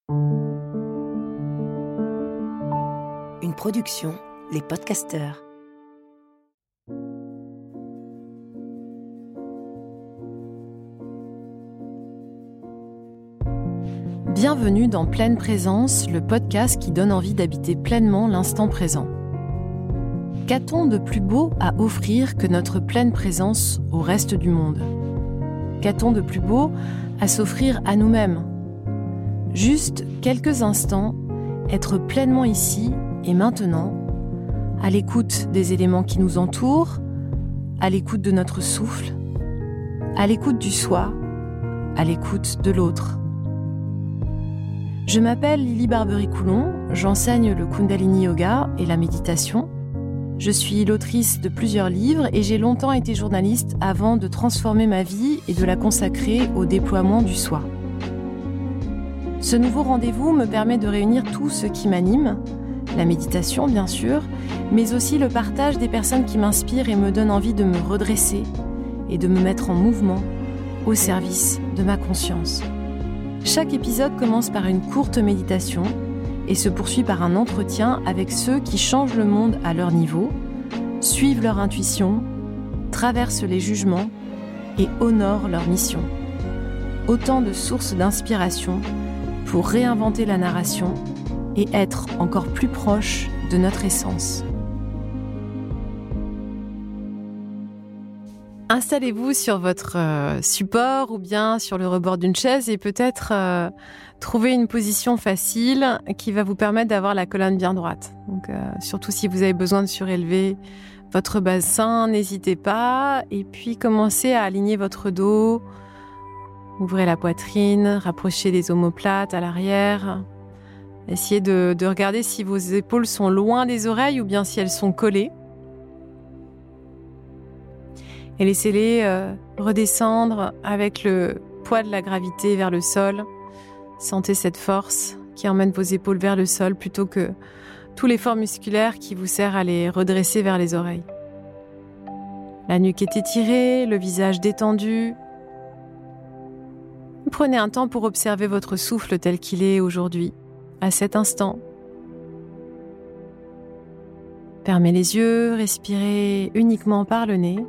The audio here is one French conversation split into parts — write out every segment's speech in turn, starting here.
Une production, Les Podcasteurs. Bienvenue dans Pleine Présence, le podcast qui donne envie d'habiter pleinement l'instant présent. Qu'a-t-on de plus beau à offrir que notre pleine présence au reste du monde ? Qu'a-t-on de plus beau à s'offrir à nous-mêmes ? Juste quelques instants, être pleinement ici et maintenant, à l'écoute des éléments qui nous entourent, à l'écoute de notre souffle, à l'écoute du soi, à l'écoute de l'autre. Je m'appelle Lily Barbery-Coulon, j'enseigne le Kundalini Yoga et la méditation. Je suis l'autrice de plusieurs livres et j'ai longtemps été journaliste avant de transformer ma vie et de la consacrer au déploiement du soi. Ce nouveau rendez-vous me permet de réunir tout ce qui m'anime, la méditation bien sûr, mais aussi le partage des personnes qui m'inspirent et me donnent envie de me redresser et de me mettre en mouvement au service de ma conscience. Chaque épisode commence par une courte méditation et se poursuit par un entretien avec ceux qui changent le monde à leur niveau, suivent leur intuition, traversent les jugements et honorent leur mission. Autant de sources d'inspiration pour réinventer la narration et être encore plus proche de notre essence. Installez-vous sur votre support ou bien sur le rebord d'une chaise et peut-être trouver une position facile qui va vous permettre d'avoir la colonne bien droite. Donc, surtout si vous avez besoin de surélever votre bassin, n'hésitez pas. Et puis commencez à aligner votre dos. Ouvrez la poitrine, rapprochez les omoplates à l'arrière. Essayez de regarder si vos épaules sont loin des oreilles ou bien si elles sont collées. Et laissez-les redescendre avec le poids de la gravité vers le sol. Sentez cette force qui emmène vos épaules vers le sol plutôt que tout l'effort musculaire qui vous sert à les redresser vers les oreilles. La nuque est étirée, le visage détendu. Prenez un temps pour observer votre souffle tel qu'il est aujourd'hui, à cet instant. Fermez les yeux, respirez uniquement par le nez.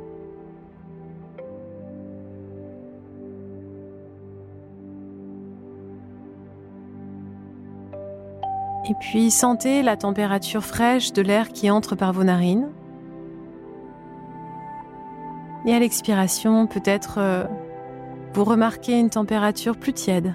Et puis sentez la température fraîche de l'air qui entre par vos narines. Et à l'expiration, peut-être vous remarquez une température plus tiède.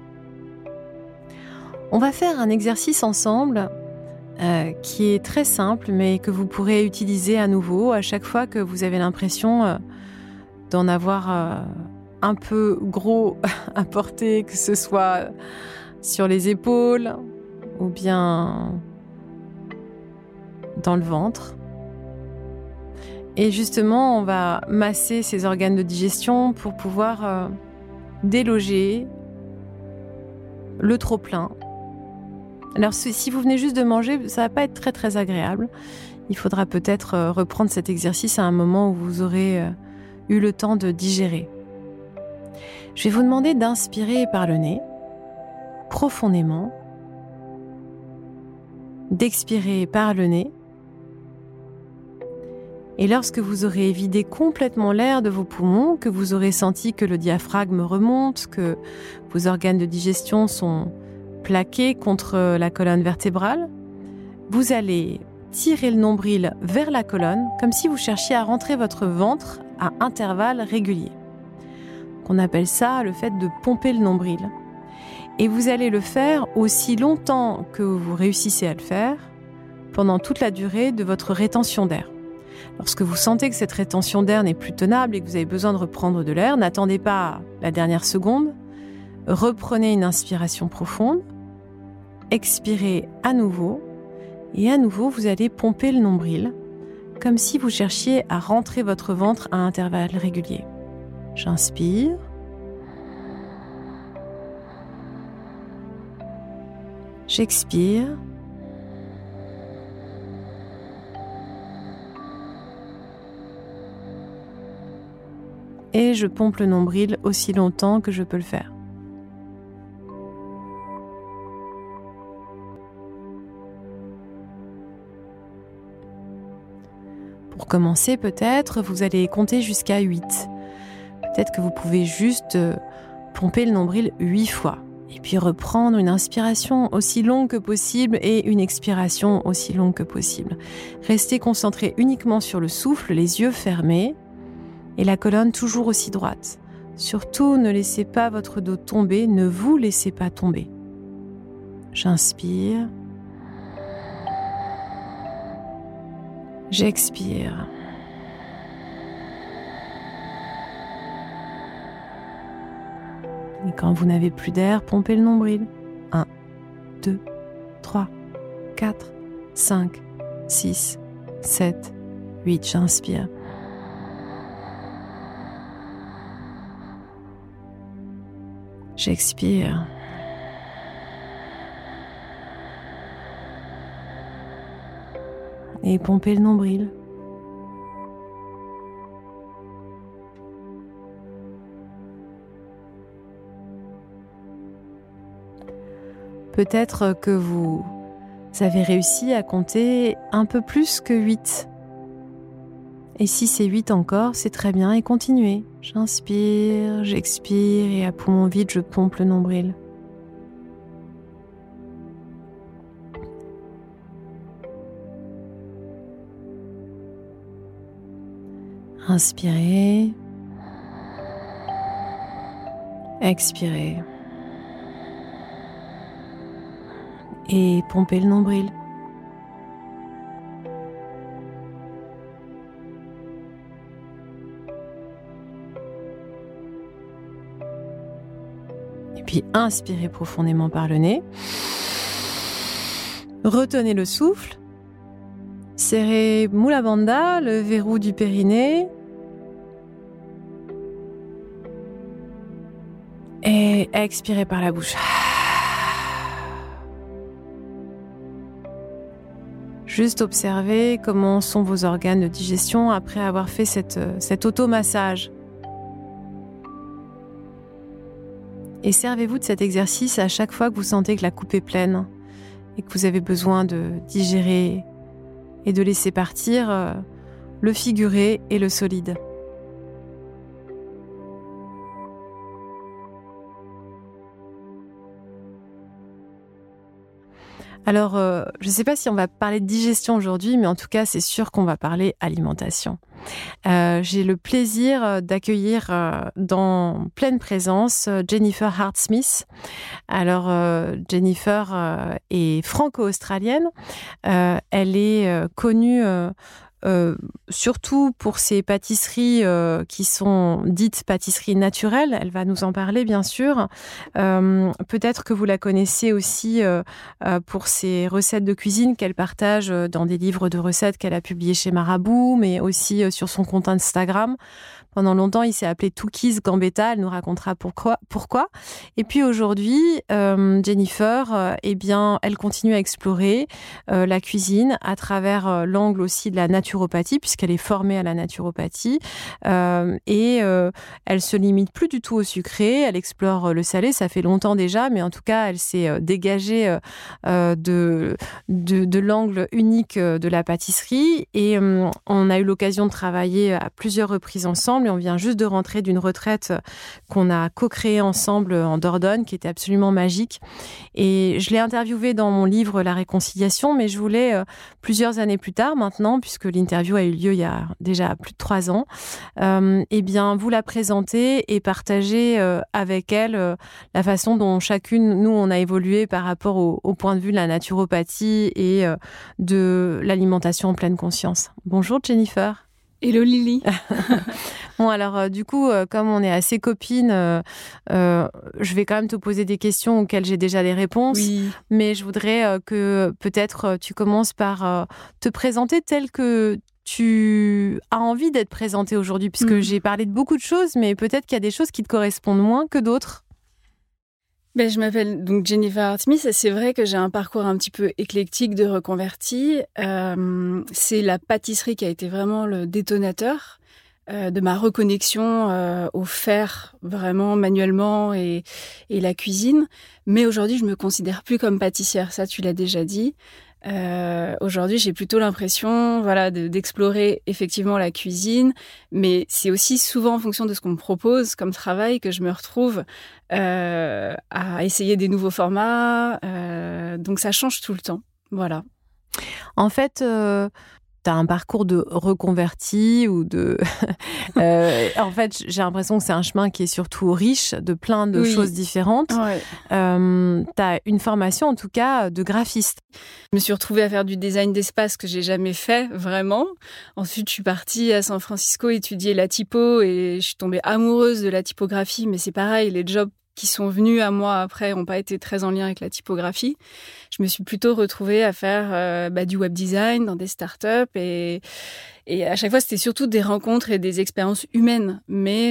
On va faire un exercice ensemble qui est très simple, mais que vous pourrez utiliser à nouveau à chaque fois que vous avez l'impression d'en avoir un peu gros à porter, que ce soit sur les épaules ou bien dans le ventre. Et justement, on va masser ces organes de digestion pour pouvoir déloger le trop-plein. Alors, si vous venez juste de manger, ça va pas être très très agréable. Il faudra peut-être reprendre cet exercice à un moment où vous aurez eu le temps de digérer. Je vais vous demander d'inspirer par le nez, profondément, d'expirer par le nez. Et lorsque vous aurez vidé complètement l'air de vos poumons, que vous aurez senti que le diaphragme remonte, que vos organes de digestion sont plaqués contre la colonne vertébrale, vous allez tirer le nombril vers la colonne, comme si vous cherchiez à rentrer votre ventre à intervalles réguliers. On appelle ça le fait de pomper le nombril. Et vous allez le faire aussi longtemps que vous réussissez à le faire, pendant toute la durée de votre rétention d'air. Lorsque vous sentez que cette rétention d'air n'est plus tenable et que vous avez besoin de reprendre de l'air, n'attendez pas la dernière seconde, reprenez une inspiration profonde, expirez à nouveau, et à nouveau vous allez pomper le nombril, comme si vous cherchiez à rentrer votre ventre à intervalles réguliers. J'inspire. J'expire. Et je pompe le nombril aussi longtemps que je peux le faire. Pour commencer, peut-être, vous allez compter jusqu'à 8. Peut-être que vous pouvez juste pomper le nombril 8 fois. Et puis reprendre une inspiration aussi longue que possible et une expiration aussi longue que possible. Restez concentré uniquement sur le souffle, les yeux fermés et la colonne toujours aussi droite. Surtout, ne laissez pas votre dos tomber, ne vous laissez pas tomber. J'inspire. J'expire. Et quand vous n'avez plus d'air, pompez le nombril. 1, 2, 3, 4, 5, 6, 7, 8. J'inspire. J'expire. Et pompez le nombril. Peut-être que vous avez réussi à compter un peu plus que 8. Et si c'est 8 encore, c'est très bien et continuez. J'inspire, j'expire et à poumon vide, je pompe le nombril. Inspirez. Expirez. Et pompez le nombril. Et puis inspirez profondément par le nez. Retenez le souffle. Serrez Mula Bandha, le verrou du périnée. Et expirez par la bouche. Juste observez comment sont vos organes de digestion après avoir fait cet automassage. Et servez-vous de cet exercice à chaque fois que vous sentez que la coupe est pleine et que vous avez besoin de digérer et de laisser partir le figuré et le solide. Alors, je ne sais pas si on va parler de digestion aujourd'hui, mais en tout cas, c'est sûr qu'on va parler alimentation. J'ai le plaisir d'accueillir dans pleine présence Jennifer Hart-Smith. Alors, Jennifer est franco-australienne. Elle est connue surtout pour ses pâtisseries qui sont dites pâtisseries naturelles. Elle va nous en parler, bien sûr. Peut-être que vous la connaissez aussi pour ses recettes de cuisine qu'elle partage dans des livres de recettes qu'elle a publiés chez Marabout, mais aussi sur son compte Instagram. Pendant longtemps, il s'est appelé Tookies Gambetta. Elle nous racontera pourquoi. Et puis aujourd'hui, Jennifer, elle continue à explorer la cuisine à travers l'angle aussi de la naturopathie, puisqu'elle est formée à la naturopathie. Elle se limite plus du tout au sucré. Elle explore le salé. Ça fait longtemps déjà, mais en tout cas, elle s'est dégagée de l'angle unique de la pâtisserie. Et on a eu l'occasion de travailler à plusieurs reprises ensemble. Et on vient juste de rentrer d'une retraite qu'on a co-créée ensemble en Dordogne, qui était absolument magique. Et je l'ai interviewée dans mon livre La Réconciliation, mais je voulais, plusieurs années plus tard maintenant, puisque l'interview a eu lieu il y a déjà plus de 3 ans, vous la présenter et partager avec elle la façon dont chacune, nous, on a évolué par rapport au point de vue de la naturopathie et de l'alimentation en pleine conscience. Bonjour Jennifer. Hello Lily. Bon, alors du coup, comme on est assez copines, je vais quand même te poser des questions auxquelles j'ai déjà les réponses. Oui. Mais je voudrais que peut-être tu commences par te présenter tel que tu as envie d'être présentée aujourd'hui, puisque j'ai parlé de beaucoup de choses, mais peut-être qu'il y a des choses qui te correspondent moins que d'autres. Je m'appelle donc Jennifer Hart-Smith et c'est vrai que j'ai un parcours un petit peu éclectique de reconvertie. C'est la pâtisserie qui a été vraiment le détonateur de ma reconnexion au faire vraiment manuellement et la cuisine. Mais aujourd'hui, je me considère plus comme pâtissière, ça tu l'as déjà dit. Aujourd'hui, j'ai plutôt l'impression, voilà, d'explorer effectivement la cuisine, mais c'est aussi souvent en fonction de ce qu'on me propose comme travail que je me retrouve à essayer des nouveaux formats. Donc ça change tout le temps. Voilà. En fait, tu as un parcours de reconverti ou de... en fait, j'ai l'impression que c'est un chemin qui est surtout riche de plein de choses différentes. Ouais. Tu as une formation, en tout cas, de graphiste. Je me suis retrouvée à faire du design d'espace que j'ai jamais fait, vraiment. Ensuite, je suis partie à San Francisco étudier la typo et je suis tombée amoureuse de la typographie. Mais c'est pareil, les jobs qui sont venus à moi après n'ont pas été très en lien avec la typographie. Je me suis plutôt retrouvée à faire du web design dans des startups et à chaque fois, c'était surtout des rencontres et des expériences humaines. Mais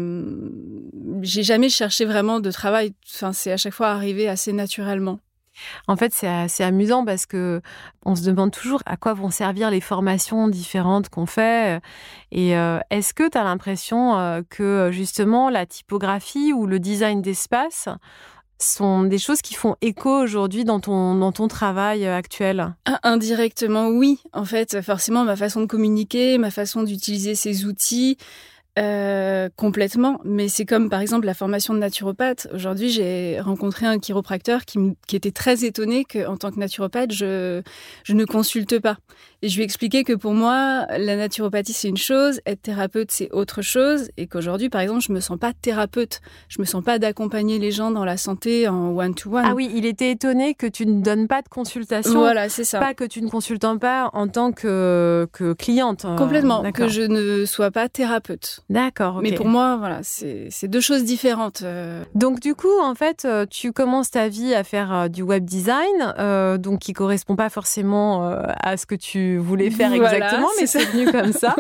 j'ai jamais cherché vraiment de travail. Enfin, c'est à chaque fois arrivé assez naturellement. En fait, c'est assez amusant parce que on se demande toujours à quoi vont servir les formations différentes qu'on fait. Et est-ce que tu as l'impression que justement la typographie ou le design d'espace sont des choses qui font écho aujourd'hui dans ton travail actuel? Indirectement, oui. En fait, forcément, ma façon de communiquer, ma façon d'utiliser ces outils, complètement. Mais c'est comme, par exemple, la formation de naturopathe. Aujourd'hui, j'ai rencontré un chiropracteur qui était très étonné qu'en tant que naturopathe, je ne consulte pas. Et je lui ai expliqué que pour moi, la naturopathie, c'est une chose, être thérapeute, c'est autre chose. Et qu'aujourd'hui, par exemple, je me sens pas thérapeute. Je me sens pas d'accompagner les gens dans la santé en one-to-one. Ah oui, il était étonné que tu ne donnes pas de consultation. Voilà, c'est ça. Pas que tu ne consultes pas en tant que cliente. Complètement, D'accord. que je ne sois pas thérapeute. D'accord, ok. Mais pour moi, voilà, c'est deux choses différentes. Donc du coup, en fait, tu commences ta vie à faire du web design, donc qui correspond pas forcément à ce que tu voulais faire exactement, mais c'est venu comme ça.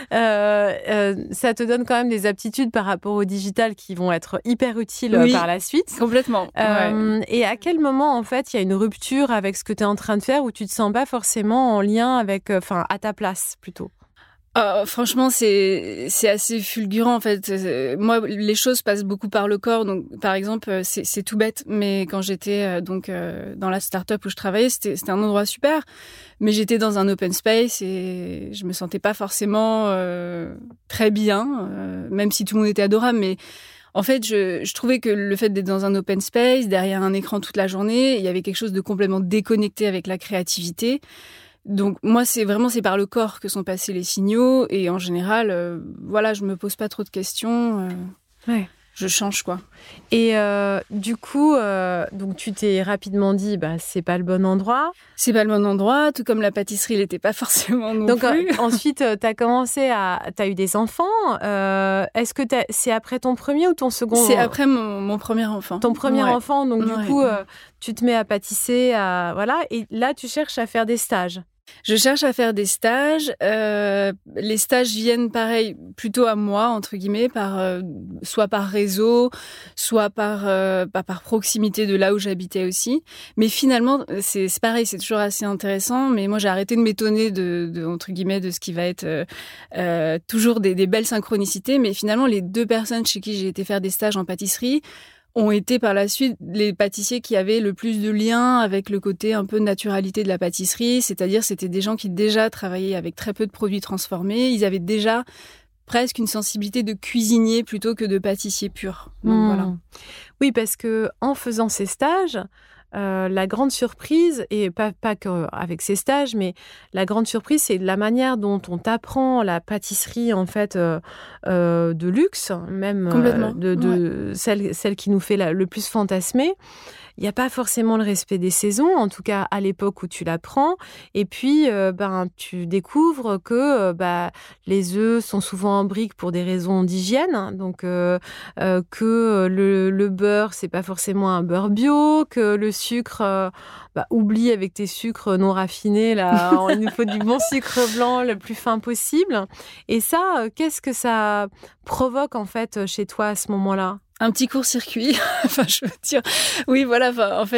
Ça te donne quand même des aptitudes par rapport au digital qui vont être hyper utiles par la suite. Complètement. Et à quel moment, en fait, il y a une rupture avec ce que tu es en train de faire où tu te sens pas forcément en lien avec, à ta place plutôt? Franchement, c'est assez fulgurant en fait. Moi, les choses passent beaucoup par le corps. Donc, par exemple, c'est tout bête, mais quand j'étais dans la start-up où je travaillais, c'était un endroit super, mais j'étais dans un open space et je me sentais pas forcément très bien, même si tout le monde était adorable. Mais en fait, je trouvais que le fait d'être dans un open space, derrière un écran toute la journée, il y avait quelque chose de complètement déconnecté avec la créativité. Donc moi, c'est par le corps que sont passés les signaux et en général, je me pose pas trop de questions. Je change quoi. Et du coup, donc tu t'es rapidement dit, c'est pas le bon endroit. C'est pas le bon endroit, tout comme la pâtisserie l'était pas forcément non plus. Donc ensuite, t'as eu des enfants. Est-ce que c'est après ton premier ou ton second? C'est après mon premier enfant. Ton premier enfant, donc du coup, tu te mets à pâtisser, et là tu cherches à faire des stages. Je cherche à faire des stages. Les stages viennent pareil, plutôt à moi, entre guillemets, soit par réseau, soit par proximité de là où j'habitais aussi. Mais finalement, c'est pareil, c'est toujours assez intéressant. Mais moi, j'ai arrêté de m'étonner entre guillemets, de ce qui va être toujours des belles synchronicités. Mais finalement, les deux personnes chez qui j'ai été faire des stages en pâtisserie ont été par la suite les pâtissiers qui avaient le plus de liens avec le côté un peu naturalité de la pâtisserie, c'est-à-dire c'était des gens qui déjà travaillaient avec très peu de produits transformés, ils avaient déjà presque une sensibilité de cuisinier plutôt que de pâtissier pur. Donc voilà. Oui, parce que en faisant ces stages, la grande surprise, et pas qu'avec ces stages, mais la grande surprise, c'est la manière dont on t'apprend la pâtisserie en fait de luxe, même celle qui nous fait le plus fantasmer. Il n'y a pas forcément le respect des saisons, en tout cas à l'époque où tu l'apprends. Et puis, tu découvres que les œufs sont souvent en briques pour des raisons d'hygiène. Donc, que le beurre, c'est pas forcément un beurre bio, que le sucre, oublie avec tes sucres non raffinés. Là, il nous faut du bon sucre blanc le plus fin possible. Et ça, qu'est-ce que ça provoque en fait chez toi à ce moment-là? Un petit court-circuit. Je veux dire, oui, voilà.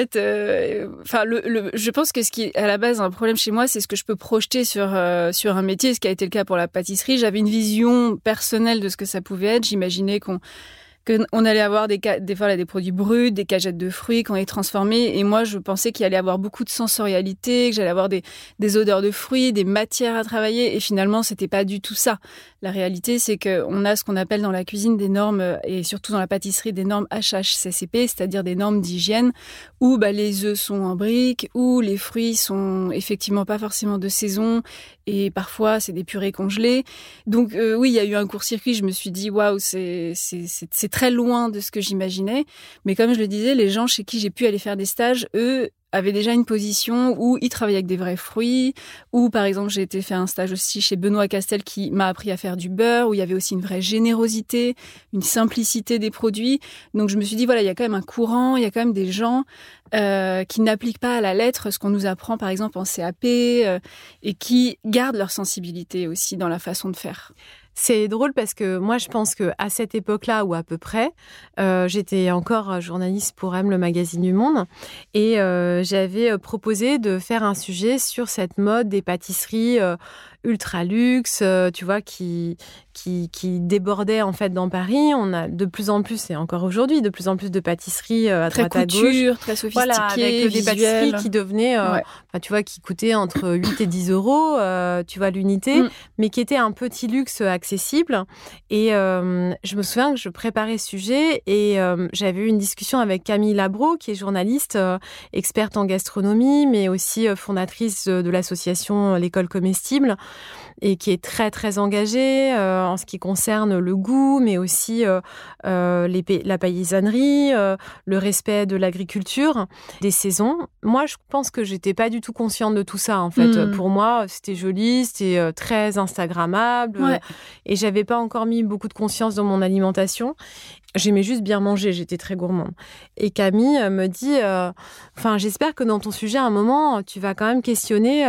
Je pense que ce qui est à la base un problème chez moi, c'est ce que je peux projeter sur un métier, ce qui a été le cas pour la pâtisserie. J'avais une vision personnelle de ce que ça pouvait être. J'imaginais que qu'on allait avoir des fois des produits bruts, des cagettes de fruits qu'on allait transformer. Et moi, je pensais qu'il allait avoir beaucoup de sensorialité, que j'allais avoir des odeurs de fruits, des matières à travailler. Et finalement, c'était pas du tout ça. La réalité, c'est qu'on a ce qu'on appelle dans la cuisine des normes, et surtout dans la pâtisserie, des normes HACCP, c'est-à-dire des normes d'hygiène, où les œufs sont en briques, où les fruits sont effectivement pas forcément de saison, et parfois c'est des purées congelées. Donc oui, il y a eu un court-circuit. Je me suis dit waouh, c'est très loin de ce que j'imaginais. Mais comme je le disais, les gens chez qui j'ai pu aller faire des stages, eux, avaient déjà une position où ils travaillaient avec des vrais fruits, où par exemple j'ai été faire un stage aussi chez Benoît Castel qui m'a appris à faire du beurre, où il y avait aussi une vraie générosité, une simplicité des produits. Donc je me suis dit voilà, il y a quand même un courant, il y a quand même des gens qui n'appliquent pas à la lettre ce qu'on nous apprend par exemple en CAP et qui gardent leur sensibilité aussi dans la façon de faire. C'est drôle parce que moi, je pense qu'à cette époque-là, ou à peu près, j'étais encore journaliste pour M, le magazine du Monde, et j'avais proposé de faire un sujet sur cette mode des pâtisseries ultra luxe, tu vois, qui débordait en fait dans Paris. On a de plus en plus, et encore aujourd'hui, de plus en plus de pâtisseries à très droite à gauche. Très sophistiquées, voilà, avec des pâtisseries qui devenaient, ouais. Tu vois, qui coûtaient entre 8 et 10 euros, tu vois, l'unité, mais qui étaient un petit luxe accessible. Et je me souviens que je préparais ce sujet et j'avais eu une discussion avec Camille Labro, qui est journaliste, experte en gastronomie, mais aussi fondatrice de l'association L'École Comestible, et qui est très, très engagée en ce qui concerne le goût, mais aussi la paysannerie, le respect de l'agriculture, des saisons. Moi, je pense que j'étais pas du tout consciente de tout ça, en fait. Pour moi, c'était joli, c'était très instagrammable, et j'avais pas encore mis beaucoup de conscience dans mon alimentation. J'aimais juste bien manger, j'étais très gourmande. Et Camille me dit, j'espère que dans ton sujet, à un moment, tu vas quand même questionner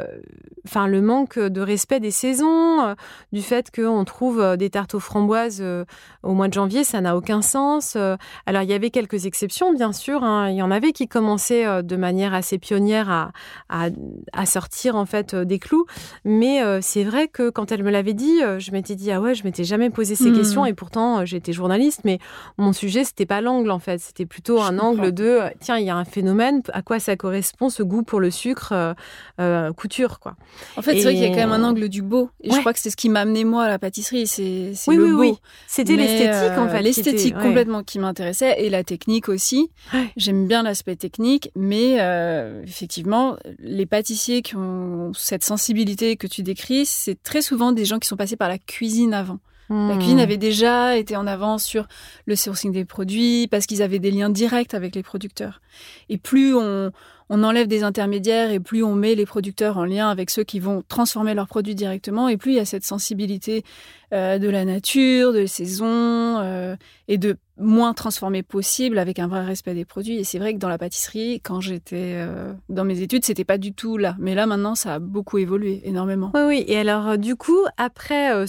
le manque de respect des saisons, du fait qu'on trouve des tartes aux framboises au mois de janvier, ça n'a aucun sens. Alors, il y avait quelques exceptions, bien sûr. Il y en avait qui commençaient de manière assez pionnière à sortir, en fait, des clous. Mais c'est vrai que quand elle me l'avait dit, je m'étais dit, ah ouais, je m'étais jamais posé ces questions. Et pourtant, j'étais journaliste, mais mon sujet, c'était pas l'angle, en fait. C'était plutôt angle de, tiens, il y a un phénomène, à quoi ça correspond, ce goût pour le sucre, couture, quoi. En fait, c'est vrai qu'il y a quand même un angle du beau. Et je crois que c'est ce qui m'a amené, moi, à la pâtisserie. C'est le beau. C'était l'esthétique, en fait. L'esthétique complètement qui m'intéressait, et la technique aussi. Ouais. J'aime bien l'aspect technique, mais effectivement, les pâtissiers qui ont cette sensibilité que tu décris, c'est très souvent des gens qui sont passés par la cuisine avant. La cuisine avait déjà été en avance sur le sourcing des produits parce qu'ils avaient des liens directs avec les producteurs. Et plus on enlève des intermédiaires et plus on met les producteurs en lien avec ceux qui vont transformer leurs produits directement, et plus il y a cette sensibilité de la nature, de saison et de moins transformer possible avec un vrai respect des produits. Et c'est vrai que dans la pâtisserie, quand j'étais dans mes études, c'était pas du tout là. Mais là, maintenant, ça a beaucoup évolué, énormément. Oui. Et alors, du coup, après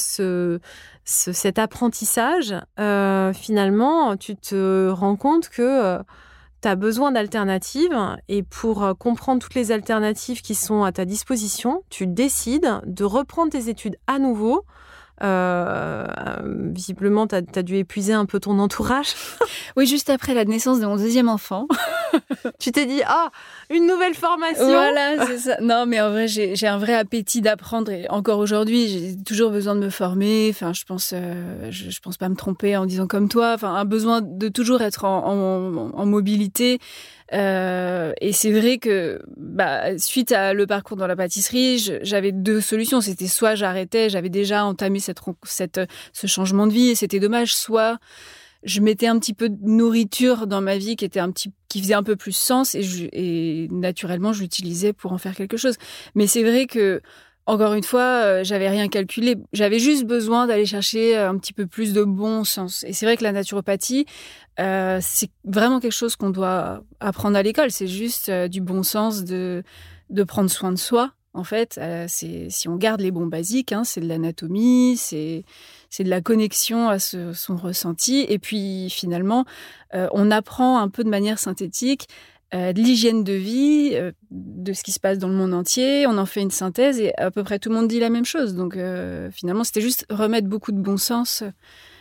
cet apprentissage, finalement, tu te rends compte que tu as besoin d'alternatives, et pour comprendre toutes les alternatives qui sont à ta disposition, tu décides de reprendre tes études à nouveau. Visiblement, tu as dû épuiser un peu ton entourage. Oui, juste après la naissance de mon deuxième enfant. Tu t'es dit, une nouvelle formation. Voilà, c'est ça. Non, mais en vrai, j'ai un vrai appétit d'apprendre, et encore aujourd'hui, j'ai toujours besoin de me former. Enfin, je pense pas me tromper en disant comme toi. Enfin, un besoin de toujours être en mobilité. Et c'est vrai que suite à le parcours dans la pâtisserie, j'avais deux solutions. C'était soit j'arrêtais, j'avais déjà entamé ce changement de vie et c'était dommage, soit je mettais un petit peu de nourriture dans ma vie qui faisait un peu plus sens, et naturellement je l'utilisais pour en faire quelque chose. Mais c'est vrai que, encore une fois, j'avais rien calculé. J'avais juste besoin d'aller chercher un petit peu plus de bon sens. Et c'est vrai que la naturopathie, c'est vraiment quelque chose qu'on doit apprendre à l'école. C'est juste du bon sens de prendre soin de soi. En fait, si on garde les bons basiques, c'est de l'anatomie, c'est de la connexion à son ressenti. Et puis, finalement, on apprend un peu de manière synthétique de l'hygiène de vie, de ce qui se passe dans le monde entier. On en fait une synthèse et à peu près tout le monde dit la même chose. Donc, finalement, c'était juste remettre beaucoup de bon sens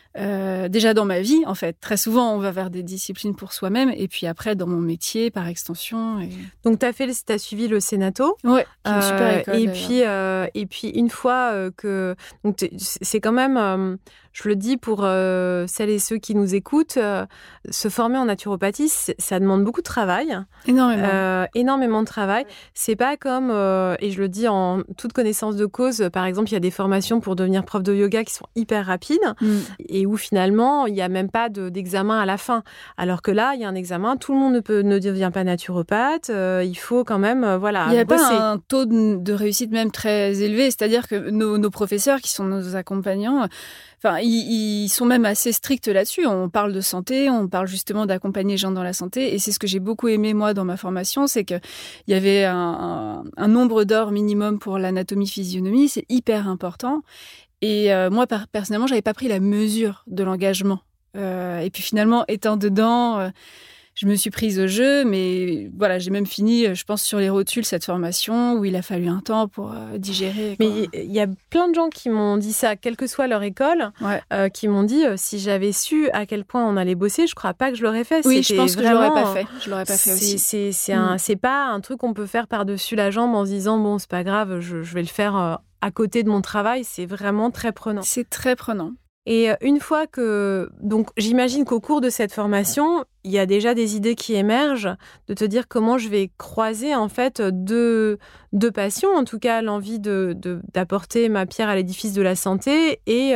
Déjà dans ma vie, en fait. Très souvent, on va vers des disciplines pour soi-même, et puis après, dans mon métier, par extension. Donc, t'as suivi le Sénato. Ouais, qui est une super école. Et puis, une fois que... Donc, c'est quand même... je le dis pour celles et ceux qui nous écoutent, se former en naturopathie, ça demande beaucoup de travail. Énormément. Énormément de travail. C'est pas comme, et je le dis en toute connaissance de cause, par exemple, il y a des formations pour devenir prof de yoga qui sont hyper rapides et où finalement, il n'y a même pas d'examen à la fin. Alors que là, il y a un examen, tout le monde ne devient pas naturopathe, il faut quand même, Il n'y a pas un taux de réussite même très élevé, c'est-à-dire que nos professeurs qui sont nos accompagnants, enfin, ils sont même assez stricts là-dessus. On parle de santé, on parle justement d'accompagner les gens dans la santé. Et c'est ce que j'ai beaucoup aimé, moi, dans ma formation, c'est qu'il y avait un nombre d'heures minimum pour l'anatomie-physionomie. C'est hyper important. Et moi, personnellement, j'avais pas pris la mesure de l'engagement. Et puis finalement, étant dedans... je me suis prise au jeu, mais voilà, j'ai même fini, je pense, sur les rotules, cette formation, où il a fallu un temps pour digérer. Quoi. Mais il y a plein de gens qui m'ont dit ça, quelle que soit leur école, qui m'ont dit, si j'avais su à quel point on allait bosser, je crois pas que je l'aurais fait. Oui, je pense que je l'aurais pas fait. Je l'aurais pas fait aussi. C'est pas un truc qu'on peut faire par-dessus la jambe en se disant, bon, c'est pas grave, je vais le faire à côté de mon travail. C'est vraiment très prenant. C'est très prenant. Et une fois que... Donc, j'imagine qu'au cours de cette formation, il y a déjà des idées qui émergent de te dire comment je vais croiser, en fait, deux passions. En tout cas, l'envie d'apporter ma pierre à l'édifice de la santé et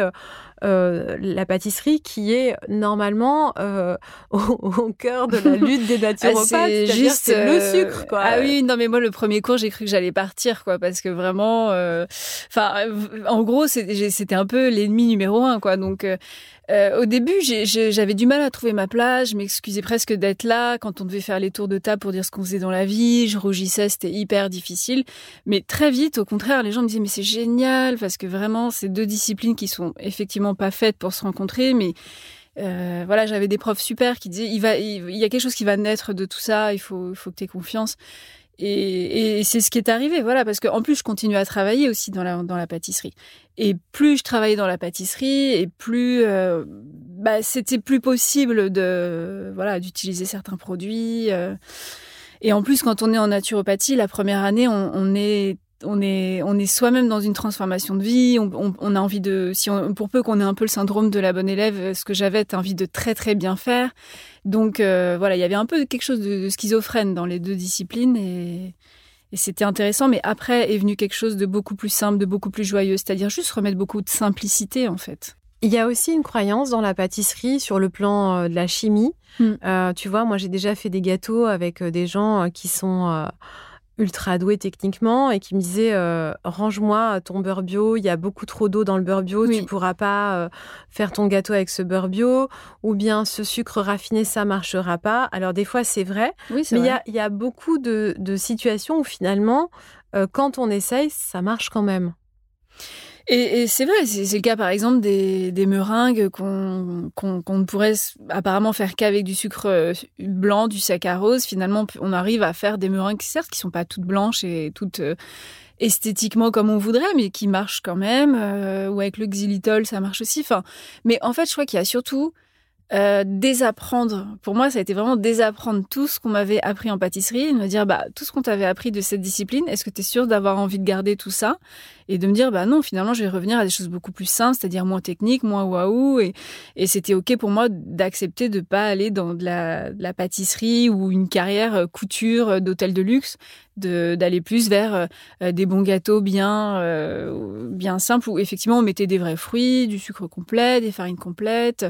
la pâtisserie qui est normalement au cœur de la lutte des naturopathes. C'est-à-dire c'est le sucre, quoi. Ah oui, non, mais moi, le premier cours, j'ai cru que j'allais partir, quoi, parce que vraiment... en gros, c'était un peu l'ennemi numéro 1, quoi. Donc... au début, j'avais du mal à trouver ma place. Je m'excusais presque d'être là quand on devait faire les tours de table pour dire ce qu'on faisait dans la vie. Je rougissais, c'était hyper difficile. Mais très vite, au contraire, les gens me disaient mais c'est génial parce que vraiment, c'est deux disciplines qui sont effectivement pas faites pour se rencontrer. Mais voilà, j'avais des profs super qui disaient il y a quelque chose qui va naître de tout ça. Il faut que tu aies confiance. Et c'est ce qui est arrivé, voilà, parce qu'en plus, je continue à travailler aussi dans la pâtisserie. Et plus je travaillais dans la pâtisserie, et plus c'était plus possible d'utiliser certains produits. Et en plus, quand on est en naturopathie, la première année, on est soi-même dans une transformation de vie. On a envie pour peu qu'on ait un peu le syndrome de la bonne élève, ce que j'avais, t'as envie de très très bien faire. Donc voilà, il y avait un peu quelque chose de schizophrène dans les deux disciplines et c'était intéressant. Mais après est venu quelque chose de beaucoup plus simple, de beaucoup plus joyeux, c'est-à-dire juste remettre beaucoup de simplicité en fait. Il y a aussi une croyance dans la pâtisserie sur le plan de la chimie. Tu vois, moi j'ai déjà fait des gâteaux avec des gens qui sont ultra doués techniquement et qui me disaient range-moi ton beurre bio, il y a beaucoup trop d'eau dans le beurre bio, tu pourras pas faire ton gâteau avec ce beurre bio, ou bien ce sucre raffiné, ça marchera pas. Alors des fois c'est vrai, mais il y a beaucoup de situations où finalement quand on essaye, ça marche quand même. Et c'est vrai, c'est le cas par exemple des meringues qu'on ne pourrait apparemment faire qu'avec du sucre blanc, du saccharose. Finalement, on arrive à faire des meringues certes qui sont pas toutes blanches et toutes esthétiquement comme on voudrait, mais qui marchent quand même. Ou avec le xylitol, ça marche aussi. Enfin, mais en fait, je crois qu'il y a surtout désapprendre. Pour moi, ça a été vraiment désapprendre tout ce qu'on m'avait appris en pâtisserie et de me dire, tout ce qu'on t'avait appris de cette discipline, est-ce que tu es sûre d'avoir envie de garder tout ça? Et de me dire, non, finalement, je vais revenir à des choses beaucoup plus simples, c'est-à-dire moins techniques, moins waouh. Et c'était OK pour moi d'accepter de pas aller dans de la pâtisserie ou une carrière couture d'hôtel de luxe, d'aller plus vers des bons gâteaux bien simples où effectivement on mettait des vrais fruits, du sucre complet, des farines complètes.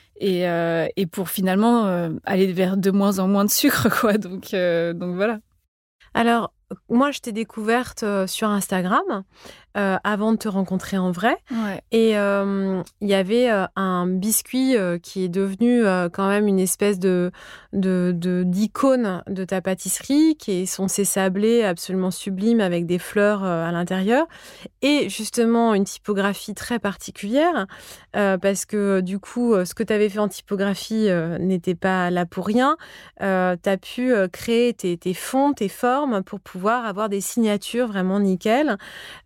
Et pour finalement aller vers de moins en moins de sucre, quoi. Donc voilà. Alors, moi, je t'ai découverte sur Instagram avant de te rencontrer en vrai. Ouais. Et il y avait un biscuit qui est devenu quand même une espèce d'icône de ta pâtisserie, qui sont ces sablés absolument sublimes avec des fleurs à l'intérieur. Et justement, une typographie très particulière, parce que du coup, ce que tu avais fait en typographie n'était pas là pour rien. Tu as pu créer tes fonds, tes formes pour pouvoir avoir des signatures vraiment nickel.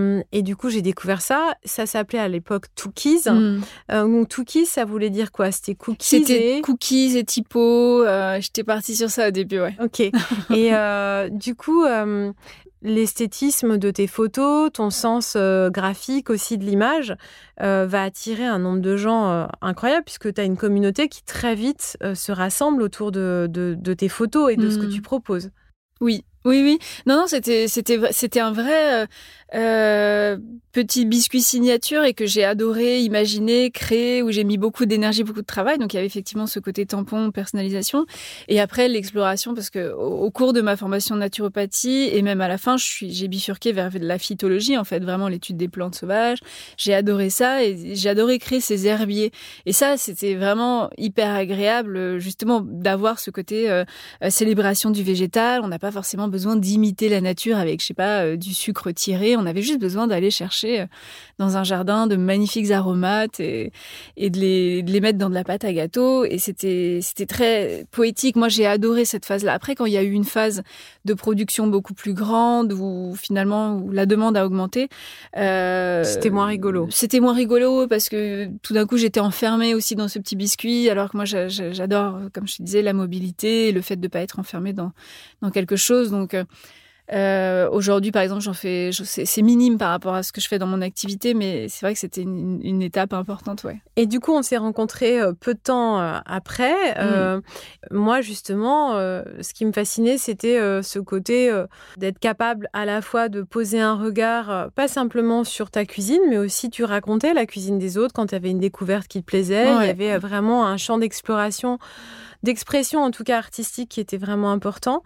Et du coup, j'ai découvert ça. Ça s'appelait à l'époque Tookies. Donc, Tookies, ça voulait dire quoi? C'était cookies cookies et typo. J'étais partie sur ça au début, ouais. Ok. Et du coup, l'esthétisme de tes photos, ton sens graphique aussi de l'image, va attirer un nombre de gens incroyable, puisque tu as une communauté qui très vite se rassemble autour de tes photos et de ce que tu proposes. Oui. Non, c'était un vrai petit biscuit signature et que j'ai adoré imaginer, créer, où j'ai mis beaucoup d'énergie, beaucoup de travail. Donc, il y avait effectivement ce côté tampon, personnalisation. Et après, l'exploration, parce que au cours de ma formation de naturopathie et même à la fin, j'ai bifurqué vers de la phytologie, en fait, vraiment l'étude des plantes sauvages. J'ai adoré ça et j'ai adoré créer ces herbiers. Et ça, c'était vraiment hyper agréable, justement, d'avoir ce côté célébration du végétal. On n'a pas forcément besoin d'imiter la nature avec, je sais pas, du sucre tiré. On avait juste besoin d'aller chercher dans un jardin de magnifiques aromates et de les mettre dans de la pâte à gâteau. Et c'était très poétique. Moi, j'ai adoré cette phase-là. Après, quand il y a eu une phase de production beaucoup plus grande où finalement la demande a augmenté, c'était moins rigolo. C'était moins rigolo parce que tout d'un coup, j'étais enfermée aussi dans ce petit biscuit, alors que moi, j'adore, comme je te disais, la mobilité, le fait de pas être enfermée dans quelque chose. Donc, aujourd'hui, par exemple, c'est minime par rapport à ce que je fais dans mon activité, mais c'est vrai que c'était une étape importante, ouais. Et du coup, on s'est rencontrés peu de temps après. Moi, justement, ce qui me fascinait, c'était ce côté d'être capable à la fois de poser un regard, pas simplement sur ta cuisine, mais aussi tu racontais la cuisine des autres quand tu avais une découverte qui te plaisait. Ouais. Il y avait vraiment un champ d'exploration, d'expression en tout cas artistique qui était vraiment important.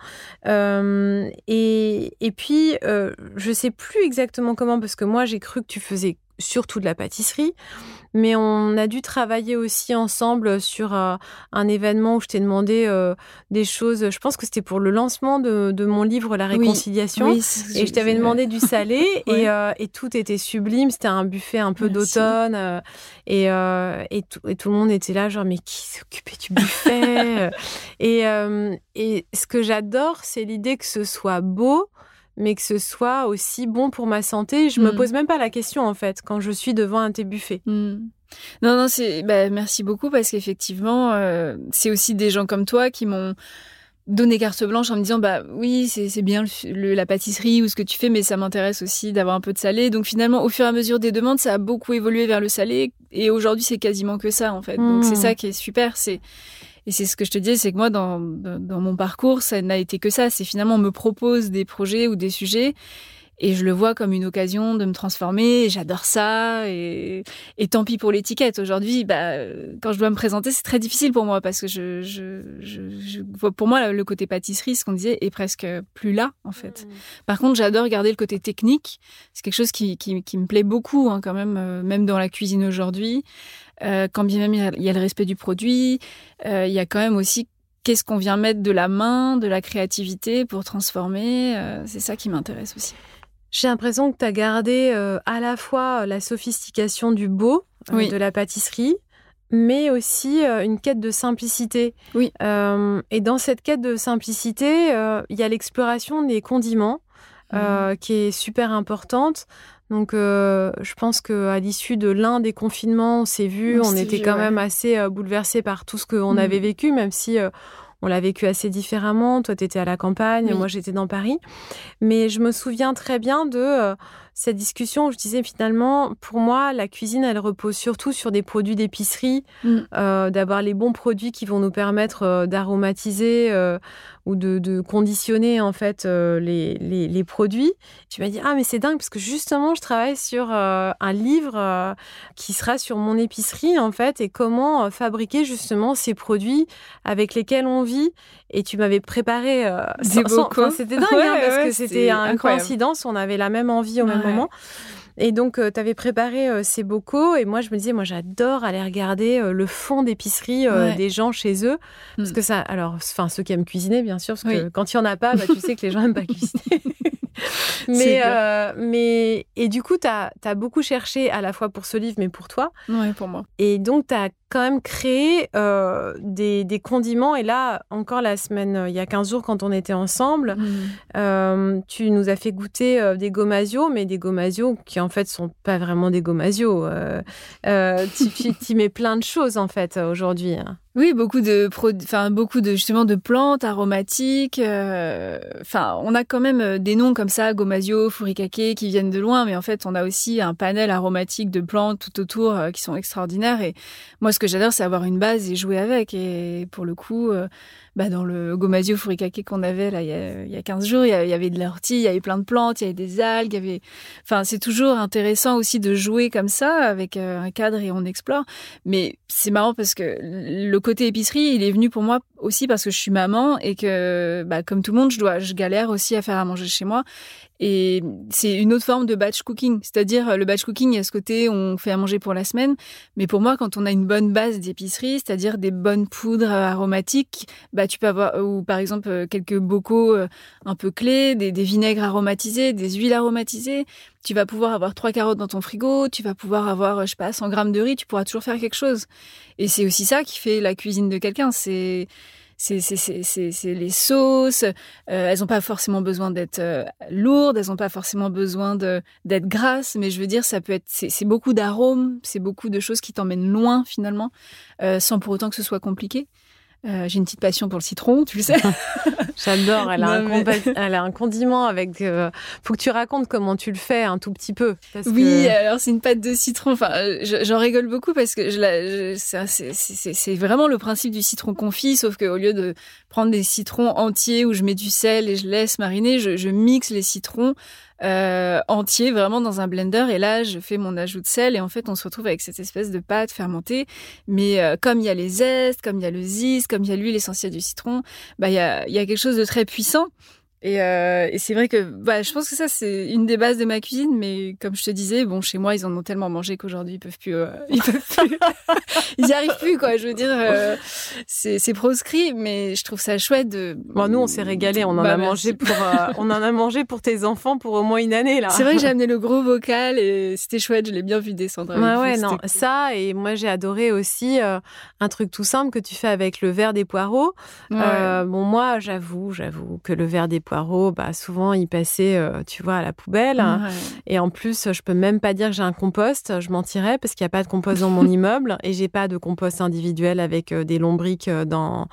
Et puis, je sais plus exactement comment, parce que moi, j'ai cru que tu faisais surtout de la pâtisserie, mais on a dû travailler aussi ensemble sur un événement où je t'ai demandé des choses. Je pense que c'était pour le lancement de mon livre La Réconciliation. Oui, et je t'avais demandé du salé et tout était sublime. C'était un buffet un peu d'automne et tout le monde était là genre mais qui s'occupait du buffet et ce que j'adore, c'est l'idée que ce soit beau, mais que ce soit aussi bon pour ma santé. Je me pose même pas la question, en fait, quand je suis devant un de tes buffets. Non, merci beaucoup, parce qu'effectivement, c'est aussi des gens comme toi qui m'ont donné carte blanche en me disant, oui, c'est bien la pâtisserie ou ce que tu fais, mais ça m'intéresse aussi d'avoir un peu de salé. Donc finalement, au fur et à mesure des demandes, ça a beaucoup évolué vers le salé. Et aujourd'hui, c'est quasiment que ça, en fait. Donc c'est ça qui est super, Et c'est ce que je te disais, c'est que moi, dans mon parcours, ça n'a été que ça. C'est finalement, on me propose des projets ou des sujets et je le vois comme une occasion de me transformer. Et j'adore ça et tant pis pour l'étiquette. Aujourd'hui, quand je dois me présenter, c'est très difficile pour moi parce que je vois, pour moi, le côté pâtisserie, ce qu'on disait, est presque plus là, en fait. Par contre, j'adore garder le côté technique. C'est quelque chose qui me plaît beaucoup, hein, quand même dans la cuisine aujourd'hui. Quand bien même il y a le respect du produit, il y a quand même aussi qu'est-ce qu'on vient mettre de la main, de la créativité pour transformer. C'est ça qui m'intéresse aussi. J'ai l'impression que tu as gardé à la fois la sophistication du beau, de la pâtisserie, mais aussi une quête de simplicité. Oui. Et dans cette quête de simplicité, il y a l'exploration des condiments qui est super importante. Donc, je pense qu'à l'issue de l'un des confinements, on s'est vu, on était quand même assez bouleversés par tout ce qu'on avait vécu, même si on l'a vécu assez différemment. Toi, tu étais à la campagne, moi, j'étais dans Paris. Mais je me souviens très bien de cette discussion où je disais finalement, pour moi, la cuisine, elle repose surtout sur des produits d'épicerie, d'avoir les bons produits qui vont nous permettre d'aromatiser ou de conditionner en fait les produits. Tu m'as dit mais c'est dingue parce que justement je travaille sur un livre qui sera sur mon épicerie en fait et comment fabriquer justement ces produits avec lesquels on vit. Et tu m'avais préparé c'était dingue parce que c'était une coïncidence, on avait la même envie au même moment. Et donc, tu avais préparé ces bocaux. Et moi, je me disais, j'adore aller regarder le fond d'épicerie des gens chez eux. Parce que ça... Alors, ceux qui aiment cuisiner, bien sûr. Parce que quand il n'y en a pas, tu sais que les gens n'aiment pas cuisiner. Et du coup, tu as beaucoup cherché à la fois pour ce livre, mais pour toi. Oui, pour moi. Et donc, tu as quand même créé des condiments. Et là, encore la semaine, il y a 15 jours, quand on était ensemble, tu nous as fait goûter des gomasio, mais des gomasio qui, en fait, sont pas vraiment des gomasio. Tu mets plein de choses, en fait, aujourd'hui. Oui, beaucoup de justement de plantes aromatiques. On a quand même des noms comme ça, gomasio, furikake, qui viennent de loin, mais en fait, on a aussi un panel aromatique de plantes tout autour qui sont extraordinaires. Et moi, ce que j'adore, c'est avoir une base et jouer avec. Et pour le coup, dans le gomasio furikake qu'on avait là il y a 15 jours, il y avait de l'ortie, il y avait plein de plantes, il y avait des algues, c'est toujours intéressant aussi de jouer comme ça avec un cadre et on explore. Mais c'est marrant parce que le côté épicerie, il est venu pour moi aussi parce que je suis maman et que, comme tout le monde, je galère aussi à faire à manger chez moi. Et c'est une autre forme de batch cooking. C'est-à-dire, le batch cooking, il y a ce côté, on fait à manger pour la semaine. Mais pour moi, quand on a une bonne base d'épicerie, c'est-à-dire des bonnes poudres aromatiques, tu peux avoir, ou par exemple, quelques bocaux un peu clés, des vinaigres aromatisés, des huiles aromatisées. Tu vas pouvoir avoir 3 carottes dans ton frigo, tu vas pouvoir avoir, 100 grammes de riz, tu pourras toujours faire quelque chose. Et c'est aussi ça qui fait la cuisine de quelqu'un. C'est les sauces, elles n'ont pas forcément besoin d'être lourdes, elles n'ont pas forcément besoin d'être grasses, mais je veux dire, ça peut être, c'est beaucoup d'arômes, c'est beaucoup de choses qui t'emmènent loin finalement, sans pour autant que ce soit compliqué. J'ai une petite passion pour le citron, tu le sais. J'adore, elle a un condiment avec... faut que tu racontes comment tu le fais un tout petit peu. Alors c'est une pâte de citron. J'en rigole beaucoup parce que c'est vraiment le principe du citron confit, sauf qu'au lieu de prendre des citrons entiers où je mets du sel et je laisse mariner, je mixe les citrons entiers vraiment dans un blender et là je fais mon ajout de sel et en fait on se retrouve avec cette espèce de pâte fermentée, mais comme il y a les zestes, comme il y a le zeste, comme il y a l'huile essentielle du citron, il y a quelque chose de très puissant. Et c'est vrai que je pense que ça c'est une des bases de ma cuisine, mais comme je te disais, chez moi ils en ont tellement mangé qu'aujourd'hui ils peuvent plus ils y arrivent plus quoi. Je veux dire, c'est proscrit, mais je trouve ça chouette de. Nous on s'est régalé, on en a mangé pour tes enfants pour au moins une année là. C'est vrai que j'ai amené le gros bocal et c'était chouette, je l'ai bien vu descendre. Cool. Ça, et moi j'ai adoré aussi un truc tout simple que tu fais avec le verre des poireaux. Ouais. Moi j'avoue que le verre des poireaux, souvent il passait, tu vois, à la poubelle. Ouais. Et en plus, je peux même pas dire que j'ai un compost, je mentirais parce qu'il n'y a pas de compost dans mon immeuble et j'ai pas de compost individuel avec des lombriques dans.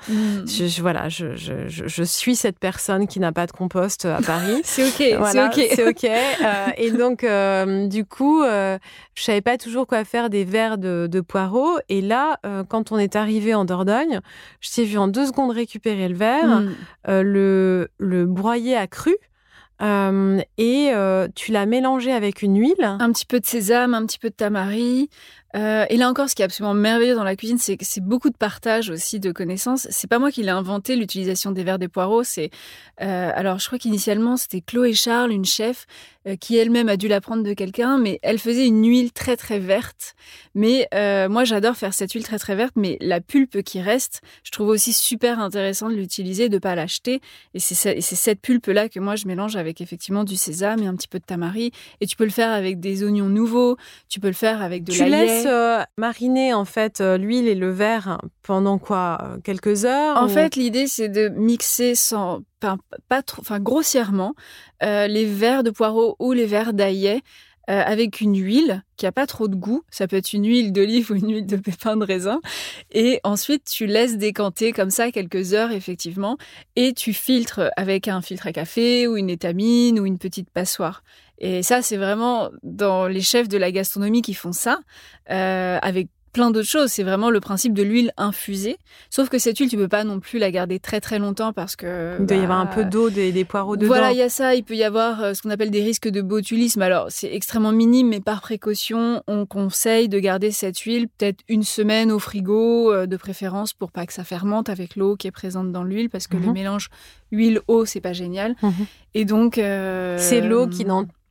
Je suis cette personne qui n'a pas de compost à Paris. C'est ok, voilà, c'est ok. Et donc, du coup, je savais pas toujours quoi faire des verres de poireaux. Et là, quand on est arrivé en Dordogne, je t'ai vu en 2 secondes récupérer le verre, le broyer à cru. Et tu l'as mélangé avec une huile. Un petit peu de sésame, un petit peu de tamari. Et là encore, ce qui est absolument merveilleux dans la cuisine, c'est que c'est beaucoup de partage aussi de connaissances. C'est pas moi qui l'ai inventé, l'utilisation des verres des poireaux. Alors, je crois qu'initialement, c'était Chloé Charles, une chef, qui elle-même a dû l'apprendre de quelqu'un, mais elle faisait une huile très très verte. Mais moi, j'adore faire cette huile très très verte, mais la pulpe qui reste, je trouve aussi super intéressant de l'utiliser, de pas l'acheter. Et c'est cette pulpe-là que moi, je mélange avec effectivement du sésame et un petit peu de tamari. Et tu peux le faire avec des oignons nouveaux, tu peux le faire avec de l'ail. Tu laisses mariner en fait l'huile et le verre pendant quoi, quelques heures? En fait, l'idée c'est de mixer grossièrement les verres de poireaux ou les verres d'ail avec une huile qui a pas trop de goût. Ça peut être une huile d'olive ou une huile de pépins de raisin. Et ensuite, tu laisses décanter comme ça quelques heures, effectivement. Et tu filtres avec un filtre à café ou une étamine ou une petite passoire. Et ça, c'est vraiment dans les chefs de la gastronomie qui font ça, avec plein d'autres choses. C'est vraiment le principe de l'huile infusée. Sauf que cette huile, tu peux pas non plus la garder très très longtemps parce que... Il doit y avoir un peu d'eau, des poireaux dedans. Voilà, il y a ça. Il peut y avoir ce qu'on appelle des risques de botulisme. Alors, c'est extrêmement minime, mais par précaution, on conseille de garder cette huile peut-être 1 semaine au frigo, de préférence pour pas que ça fermente avec l'eau qui est présente dans l'huile, parce que le mélange huile-eau, c'est pas génial. Et donc... C'est l'eau qui, dans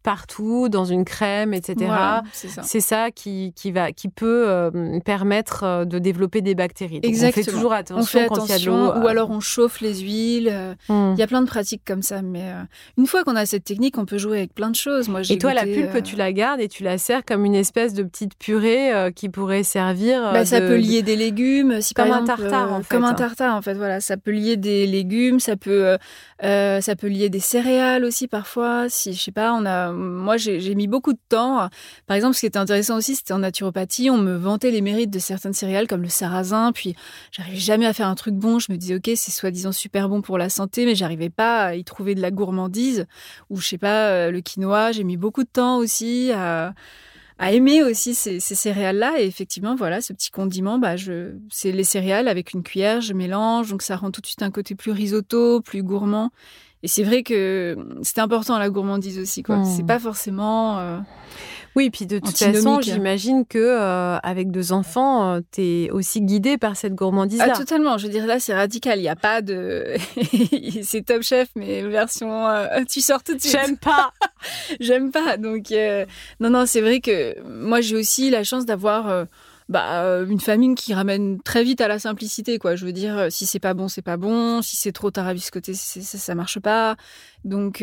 partout, dans une crème, etc. Voilà, c'est ça qui peut permettre de développer des bactéries. Donc Exactement. on fait toujours attention quand il y a de l'eau. Ou alors on chauffe les huiles. Il y a plein de pratiques comme ça. Mais une fois qu'on a cette technique, on peut jouer avec plein de choses. Moi, j'ai toi, goûté, la pulpe, tu la gardes et tu la sers comme une espèce de petite purée qui pourrait servir. Ça peut lier des légumes. Si, comme par un exemple, tartare, en fait. Comme un tartare, en fait. Voilà, ça peut lier des légumes, ça peut lier des céréales aussi parfois. Si, je sais pas, moi, j'ai mis beaucoup de temps. Par exemple, ce qui était intéressant aussi, c'était en naturopathie, on me vantait les mérites de certaines céréales comme le sarrasin. Puis, j'arrivais jamais à faire un truc bon. Je me disais, ok, c'est soi-disant super bon pour la santé, mais j'arrivais pas à y trouver de la gourmandise. Ou je sais pas, le quinoa. J'ai mis beaucoup de temps aussi à aimer aussi ces céréales-là. Et effectivement, voilà, ce petit condiment, c'est les céréales avec une cuillère, je mélange. Donc, ça rend tout de suite un côté plus risotto, plus gourmand. Et c'est vrai que c'était important, la gourmandise aussi, quoi. C'est pas forcément... Oui, puis de toute façon, j'imagine que avec 2 enfants, t'es aussi guidée par cette gourmandise-là. Ah, totalement. Je veux dire, là, c'est radical. Il n'y a pas de... c'est Top Chef, mais version... tu sors tout de suite. J'aime pas. Donc, non, c'est vrai que moi, j'ai aussi la chance d'avoir... une famille qui ramène très vite à la simplicité, quoi. Je veux dire, si c'est pas bon, c'est pas bon. Si c'est trop tarabiscoté, ça marche pas. Donc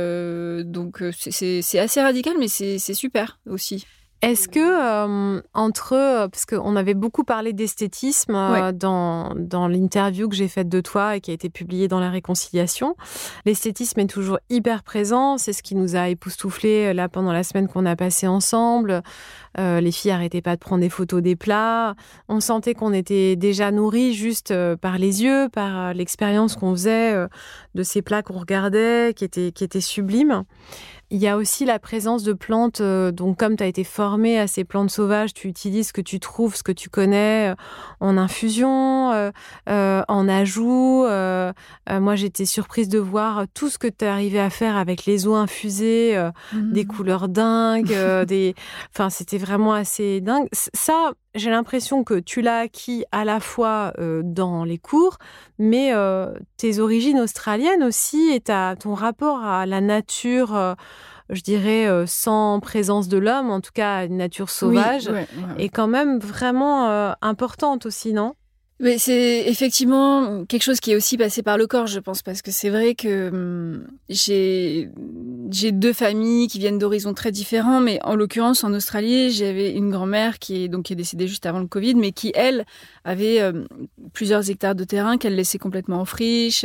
c'est assez radical, mais c'est super aussi. Est-ce que parce qu'on avait beaucoup parlé d'esthétisme dans l'interview que j'ai faite de toi et qui a été publiée dans La Réconciliation, l'esthétisme est toujours hyper présent. C'est ce qui nous a époustouflés là pendant la semaine qu'on a passée ensemble. Les filles arrêtaient pas de prendre des photos des plats. On sentait qu'on était déjà nourris juste par les yeux, par l'expérience qu'on faisait de ces plats qu'on regardait, qui étaient sublimes. Il y a aussi la présence de plantes, donc comme tu as été formée à ces plantes sauvages, tu utilises ce que tu trouves, ce que tu connais en infusion, en ajout. Moi, j'étais surprise de voir tout ce que tu arrivais à faire avec les eaux infusées, des couleurs dingues, Enfin, c'était vraiment assez dingue. Ça, j'ai l'impression que tu l'as acquis à la fois dans les cours, mais tes origines australiennes aussi et ton rapport à la nature, je dirais, sans présence de l'homme, en tout cas une nature sauvage, est quand même vraiment importante aussi, non ? Mais c'est effectivement quelque chose qui est aussi passé par le corps, je pense, parce que c'est vrai que j'ai 2 familles qui viennent d'horizons très différents, mais en l'occurrence, en Australie, j'avais une grand-mère qui est décédée juste avant le Covid, mais qui, elle, avait plusieurs hectares de terrain qu'elle laissait complètement en friche.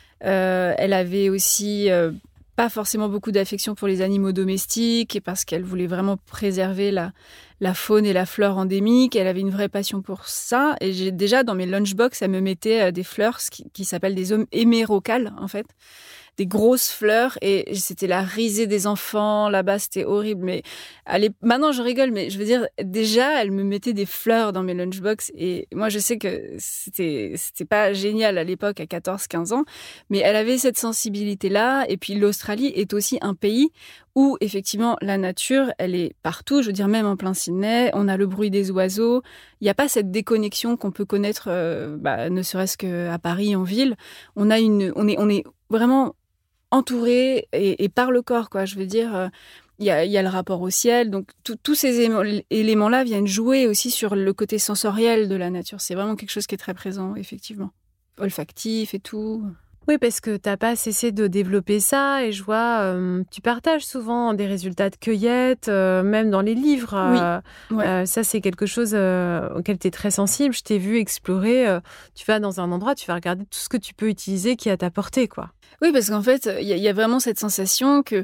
Elle avait aussi pas forcément beaucoup d'affection pour les animaux domestiques, parce qu'elle voulait vraiment préserver la faune et la flore endémique. Elle avait une vraie passion pour ça. Et j'ai déjà, dans mes lunchbox, elle me mettait des fleurs qui s'appellent des hémérocales, en fait. Des grosses fleurs. Et c'était la risée des enfants. Là-bas, c'était horrible. Mais maintenant, je rigole. Mais je veux dire, déjà, elle me mettait des fleurs dans mes lunchbox. Et moi, je sais que c'était pas génial à l'époque, à 14-15 ans. Mais elle avait cette sensibilité-là. Et puis, l'Australie est aussi un pays où, effectivement, la nature, elle est partout. Je veux dire, même en plein Sydney, on a le bruit des oiseaux. Il n'y a pas cette déconnexion qu'on peut connaître, ne serait-ce qu'à Paris, en ville. On est vraiment entouré et par le corps, quoi. Je veux dire, il y a le rapport au ciel. Donc, tous ces éléments-là viennent jouer aussi sur le côté sensoriel de la nature. C'est vraiment quelque chose qui est très présent, effectivement. Olfactif et tout. Oui, parce que tu n'as pas cessé de développer ça et je vois, tu partages souvent des résultats de cueillette, même dans les livres. Oui. Ça, c'est quelque chose auquel tu es très sensible. Je t'ai vu explorer, tu vas dans un endroit, tu vas regarder tout ce que tu peux utiliser qui est à ta portée, quoi. Oui, parce qu'en fait, il y a vraiment cette sensation que,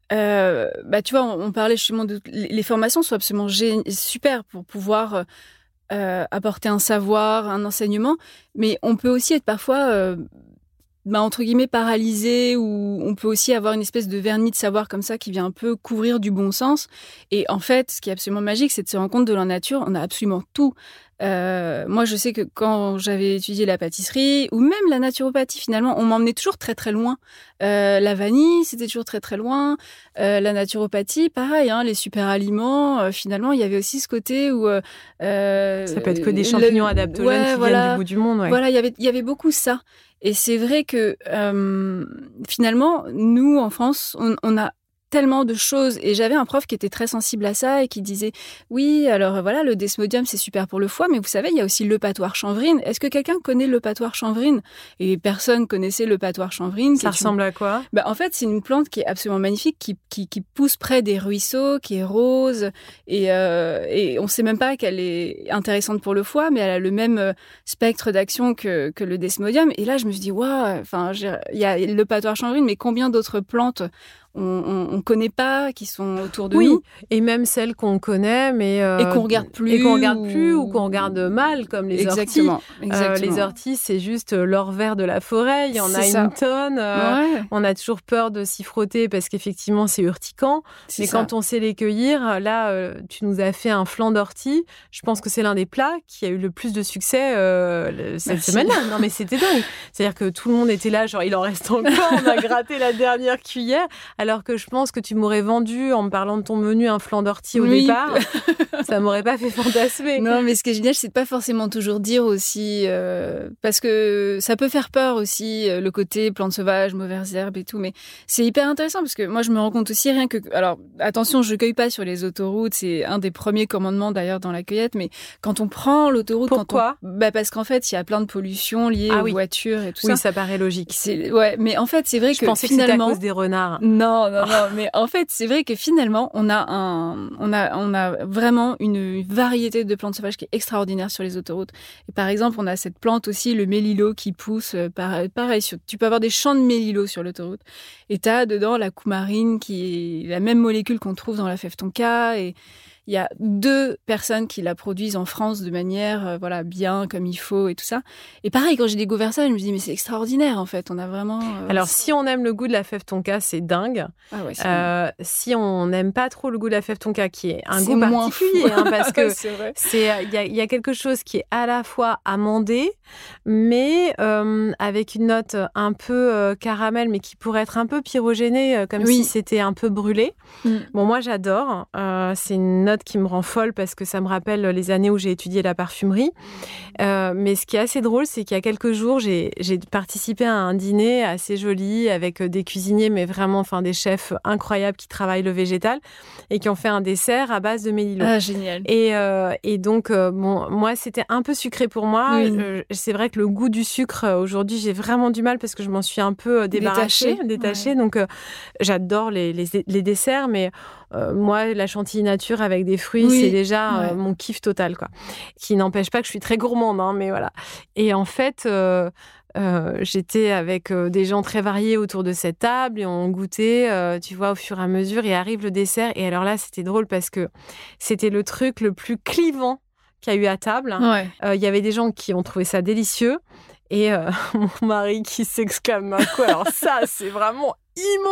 tu vois, on parlait justement de... Les formations sont absolument super pour pouvoir apporter un savoir, un enseignement, mais on peut aussi être parfois... entre guillemets paralysé, ou on peut aussi avoir une espèce de vernis de savoir comme ça qui vient un peu couvrir du bon sens. Et en fait, ce qui est absolument magique, c'est de se rendre compte de la nature. On a absolument tout. Moi, je sais que quand j'avais étudié la pâtisserie, ou même la naturopathie, finalement, on m'emmenait toujours très très loin. La vanille, c'était toujours très très loin. La naturopathie, pareil, les super aliments. Finalement, il y avait aussi ce côté où ça peut être que des champignons adaptogènes qui viennent du bout du monde. Ouais. Voilà, il y avait beaucoup ça. Et c'est vrai que finalement, nous, en France, on a tellement de choses. Et j'avais un prof qui était très sensible à ça et qui disait « Oui, alors voilà, le desmodium, c'est super pour le foie, mais vous savez, il y a aussi le patoire chanvrine. Est-ce que quelqu'un connaît le patoire chanvrine ?» Et personne connaissait le patoire chanvrine. Ça ressemble à quoi ? En fait, c'est une plante qui est absolument magnifique, qui pousse près des ruisseaux, qui est rose. Et on ne sait même pas qu'elle est intéressante pour le foie, mais elle a le même spectre d'action que le desmodium. Et là, je me suis dit « Waouh, enfin, il y a le patoire chanvrine, mais combien d'autres plantes on connaît pas, qui sont autour de nous. Et même celles qu'on connaît, mais et qu'on regarde plus, ou qu'on regarde mal, comme les orties. Les orties, c'est juste l'or vert de la forêt. Il y en a une tonne. On a toujours peur de s'y frotter parce qu'effectivement, c'est urticant. Mais quand on sait les cueillir, là, tu nous as fait un flan d'ortie. Je pense que c'est l'un des plats qui a eu le plus de succès cette semaine-là. Non, mais c'était dingue. C'est-à-dire que tout le monde était là, genre il en reste encore. On a gratté la dernière cuillère. Alors que je pense que tu m'aurais vendu, en me parlant de ton menu, un flan d'ortie au départ. Ça m'aurait pas fait fantasmer. Non, mais ce qui est génial, c'est de pas forcément toujours dire aussi... parce que ça peut faire peur aussi, le côté plantes sauvages, mauvaises herbes et tout. Mais c'est hyper intéressant parce que moi, je me rends compte aussi rien que... Alors, attention, je cueille pas sur les autoroutes. C'est un des premiers commandements d'ailleurs dans la cueillette. Mais quand on prend l'autoroute... Pourquoi ? Parce qu'en fait, il y a plein de pollution liée aux voitures et tout ça. Oui, ça paraît logique. Ouais, mais en fait, c'est vrai que pensais finalement... que c'était à cause des renards. Non, mais en fait, c'est vrai que finalement, on a vraiment une variété de plantes sauvages qui est extraordinaire sur les autoroutes. Et par exemple, on a cette plante aussi, le mélilo, qui pousse pareil. Tu peux avoir des champs de mélilo sur l'autoroute. Et t'as dedans la coumarine, qui est la même molécule qu'on trouve dans la fève tonka. Et il y a 2 personnes qui la produisent en France de manière bien, comme il faut et tout ça. Et pareil, quand j'ai découvert ça, je me dis mais c'est extraordinaire en fait. On a vraiment... Alors, si on aime le goût de la fève tonka, c'est dingue. Ah ouais, si on n'aime pas trop le goût de la fève tonka, qui est un goût particulier, parce que il y a quelque chose qui est à la fois amandé, mais avec une note un peu caramel, mais qui pourrait être un peu pyrogénée, comme si c'était un peu brûlé. Bon, moi, j'adore. C'est une note qui me rend folle parce que ça me rappelle les années où j'ai étudié la parfumerie. Mais ce qui est assez drôle, c'est qu'il y a quelques jours, j'ai participé à un dîner assez joli avec des cuisiniers, mais vraiment, des chefs incroyables qui travaillent le végétal et qui ont fait un dessert à base de mélilo. Ah, génial. Et donc, moi, c'était un peu sucré pour moi. C'est vrai que le goût du sucre, aujourd'hui, j'ai vraiment du mal parce que je m'en suis un peu détachée. Ouais. Donc, j'adore les desserts, mais moi, la chantilly nature avec des fruits, c'est déjà mon kiff total, quoi. Qui n'empêche pas que je suis très gourmande, hein, mais voilà. Et en fait, j'étais avec des gens très variés autour de cette table et on goûtait, tu vois, au fur et à mesure. Et arrive le dessert. Et alors là, c'était drôle parce que c'était le truc le plus clivant qu'il y a eu à table. Il y avait des gens qui ont trouvé ça délicieux. Et mon mari qui s'exclame « Quoi ? Alors ça, c'est vraiment immonde !»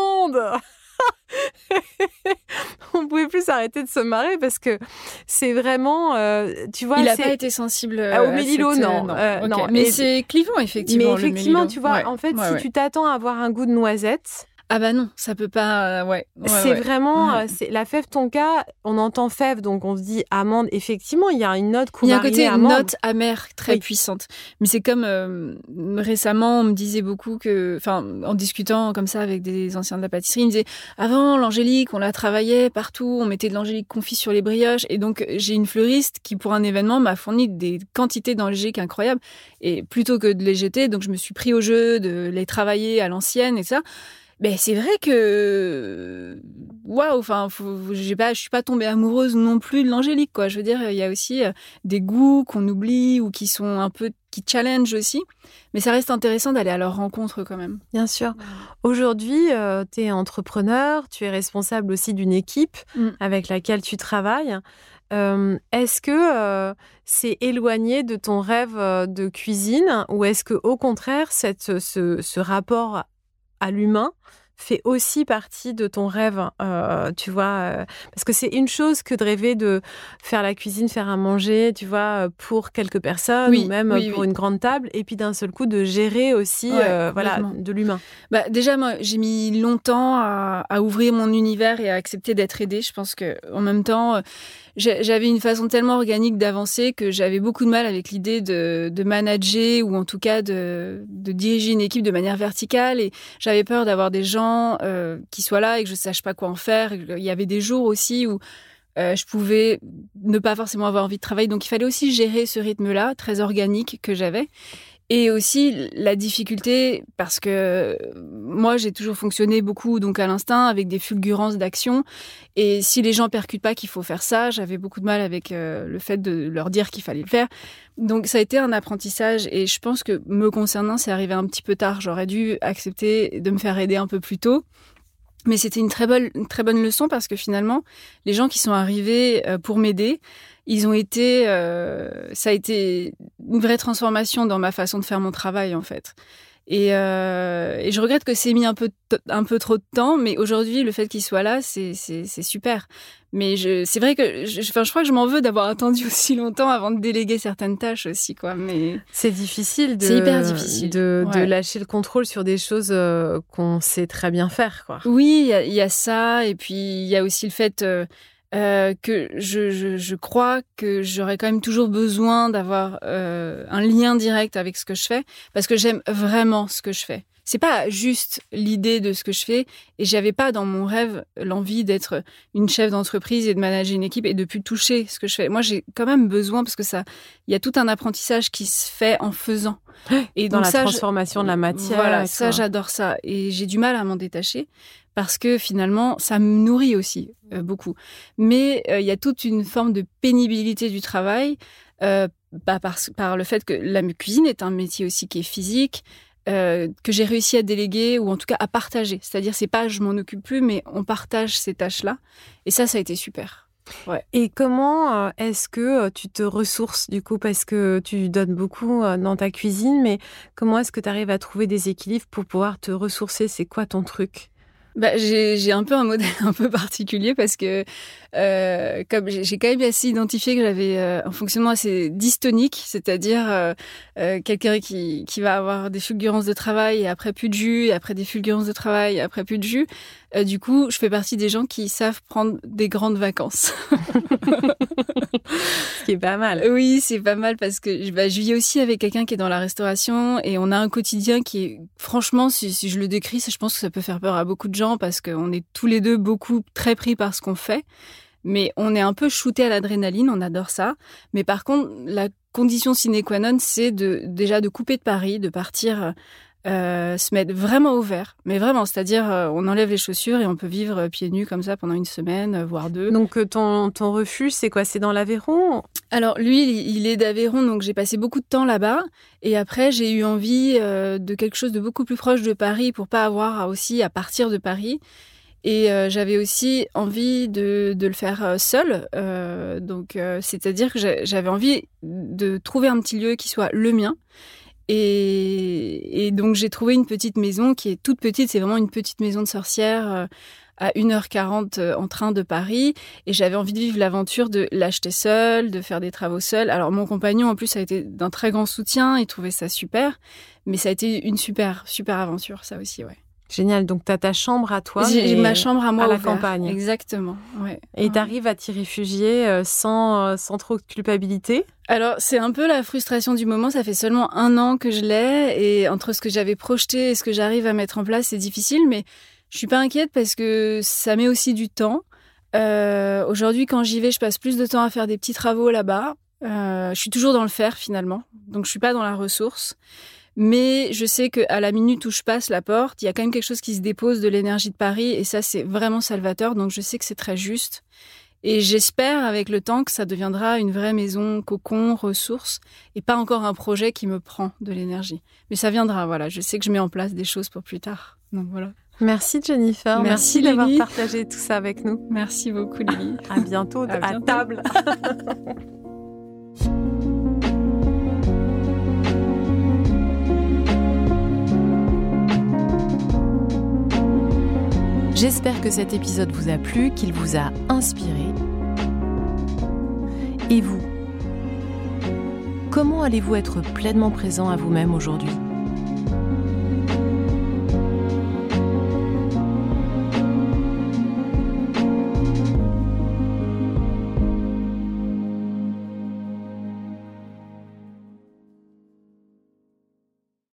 On pouvait plus s'arrêter de se marrer parce que c'est vraiment, tu vois, il n'a pas été sensible au mélilo, non. Non. Mais c'est clivant effectivement. Mais effectivement, tu vois, en fait, si tu t'attends à avoir un goût de noisette. Ah bah non, ça peut pas... c'est vraiment... c'est la fève tonka, on entend fève, donc on se dit amande. Effectivement, il y a une note coumarinée amande. Il y a un côté note amère très puissante. Mais c'est comme récemment, on me disait beaucoup que... en discutant comme ça avec des anciens de la pâtisserie, ils me disaient avant, l'angélique, on la travaillait partout, on mettait de l'angélique confit sur les brioches. Et donc, j'ai une fleuriste qui, pour un événement, m'a fourni des quantités d'angélique incroyables. Et plutôt que de les jeter, donc je me suis pris au jeu de les travailler à l'ancienne et ça. Ben c'est vrai que je suis pas tombée amoureuse non plus de l'angélique, quoi. Je veux dire, il y a aussi des goûts qu'on oublie ou qui sont un peu qui challenge aussi, mais ça reste intéressant d'aller à leur rencontre quand même. Bien sûr. Aujourd'hui, tu es entrepreneur, tu es responsable aussi d'une équipe avec laquelle tu travailles. Est-ce que c'est éloigné de ton rêve de cuisine ou est-ce que au contraire ce rapport à l'humain fait aussi partie de ton rêve, tu vois, parce que c'est une chose que de rêver de faire la cuisine, faire à manger, tu vois, pour quelques personnes ou même pour une grande table, et puis d'un seul coup de gérer aussi, de l'humain. Bah déjà, moi, j'ai mis longtemps à ouvrir mon univers et à accepter d'être aidée. Je pense que en même temps, j'avais une façon tellement organique d'avancer que j'avais beaucoup de mal avec l'idée de manager ou en tout cas de diriger une équipe de manière verticale, et j'avais peur d'avoir des gens temps qui soit là et que je sache pas quoi en faire. Il y avait des jours aussi où je pouvais ne pas forcément avoir envie de travailler. Donc, il fallait aussi gérer ce rythme-là, très organique que j'avais. Et aussi la difficulté, parce que moi, j'ai toujours fonctionné beaucoup donc à l'instinct, avec des fulgurances d'action. Et si les gens percutent pas qu'il faut faire ça, j'avais beaucoup de mal avec le fait de leur dire qu'il fallait le faire. Donc, ça a été un apprentissage. Et je pense que me concernant, c'est arrivé un petit peu tard. J'aurais dû accepter de me faire aider un peu plus tôt. Mais c'était une très bonne leçon parce que finalement, les gens qui sont arrivés pour m'aider, ils ont été, ça a été une vraie transformation dans ma façon de faire mon travail en fait. Et je regrette que c'est mis un peu trop de temps, mais aujourd'hui, le fait qu'il soit là, c'est super. Mais c'est vrai que je crois que je m'en veux d'avoir attendu aussi longtemps avant de déléguer certaines tâches aussi, quoi. Mais c'est difficile c'est hyper difficile de lâcher le contrôle sur des choses qu'on sait très bien faire, quoi. Oui, il y a ça, et puis il y a aussi le fait que je crois que j'aurais quand même toujours besoin d'avoir un lien direct avec ce que je fais, parce que j'aime vraiment ce que je fais. C'est pas juste l'idée de ce que je fais, et j'avais pas dans mon rêve l'envie d'être une chef d'entreprise et de manager une équipe et de plus toucher ce que je fais. Moi, j'ai quand même besoin, parce que il y a tout un apprentissage qui se fait en faisant. Et dans la transformation de la matière. Voilà, ça, j'adore ça. Et j'ai du mal à m'en détacher parce que finalement, ça me nourrit aussi beaucoup. Mais il y a toute une forme de pénibilité du travail par le fait que la cuisine est un métier aussi qui est physique, que j'ai réussi à déléguer ou en tout cas à partager. C'est-à-dire, c'est pas je m'en occupe plus, mais on partage ces tâches-là. Et ça a été super. Ouais. Et comment est-ce que tu te ressources du coup, parce que tu donnes beaucoup dans ta cuisine, mais comment est-ce que tu arrives à trouver des équilibres pour pouvoir te ressourcer? C'est quoi ton truc? J'ai un peu un modèle un peu particulier parce que comme j'ai quand même assez identifié que j'avais un fonctionnement assez dystonique, c'est-à-dire quelqu'un qui va avoir des fulgurances de travail et après plus de jus, et après des fulgurances de travail et après plus de jus. Du coup, je fais partie des gens qui savent prendre des grandes vacances. Ce qui est pas mal. Oui, c'est pas mal parce que je vis aussi avec quelqu'un qui est dans la restauration et on a un quotidien qui est, franchement, si je le décris, je pense que ça peut faire peur à beaucoup de gens parce qu'on est tous les deux beaucoup très pris par ce qu'on fait. Mais on est un peu shooté à l'adrénaline, on adore ça. Mais par contre, la condition sine qua non, c'est déjà de couper de Paris, de partir se mettre vraiment au vert. Mais vraiment, c'est-à-dire on enlève les chaussures et on peut vivre pieds nus comme ça pendant une semaine, voire deux. Donc ton refuge, c'est quoi? C'est dans l'Aveyron? Alors lui, il est d'Aveyron, donc j'ai passé beaucoup de temps là-bas. Et après, j'ai eu envie de quelque chose de beaucoup plus proche de Paris pour pas avoir aussi à partir de Paris. Et j'avais aussi envie de le faire seule. C'est-à-dire que j'avais envie de trouver un petit lieu qui soit le mien. Et donc, j'ai trouvé une petite maison qui est toute petite. C'est vraiment une petite maison de sorcière à 1h40 en train de Paris. Et j'avais envie de vivre l'aventure de l'acheter seule, de faire des travaux seule. Alors, mon compagnon, en plus, a été d'un très grand soutien. Il trouvait ça super. Mais ça a été une super, super aventure, ça aussi, ouais. Génial. Donc, tu as ta chambre à toi. J'ai ma chambre à moi à la ouvert. campagne. Exactement, ouais. Et tu arrives à t'y réfugier sans trop de culpabilité? Alors, c'est un peu la frustration du moment. Ça fait seulement 1 an que je l'ai. Et entre ce que j'avais projeté et ce que j'arrive à mettre en place, c'est difficile. Mais je suis pas inquiète parce que ça met aussi du temps. Aujourd'hui, quand j'y vais, je passe plus de temps à faire des petits travaux là-bas. Je suis toujours dans le faire, finalement. Donc, je suis pas dans la ressource. Mais je sais qu'à la minute où je passe la porte, il y a quand même quelque chose qui se dépose de l'énergie de Paris. Et ça, c'est vraiment salvateur. Donc, je sais que c'est très juste. Et j'espère, avec le temps, que ça deviendra une vraie maison cocon, ressource, et pas encore un projet qui me prend de l'énergie. Mais ça viendra, voilà. Je sais que je mets en place des choses pour plus tard. Donc, voilà. Merci Jennifer. Merci d'avoir Lily. partagé tout ça avec nous. Merci beaucoup, Lily. À bientôt, à table. J'espère que cet épisode vous a plu, qu'il vous a inspiré. Et vous, comment allez-vous être pleinement présent à vous-même aujourd'hui ?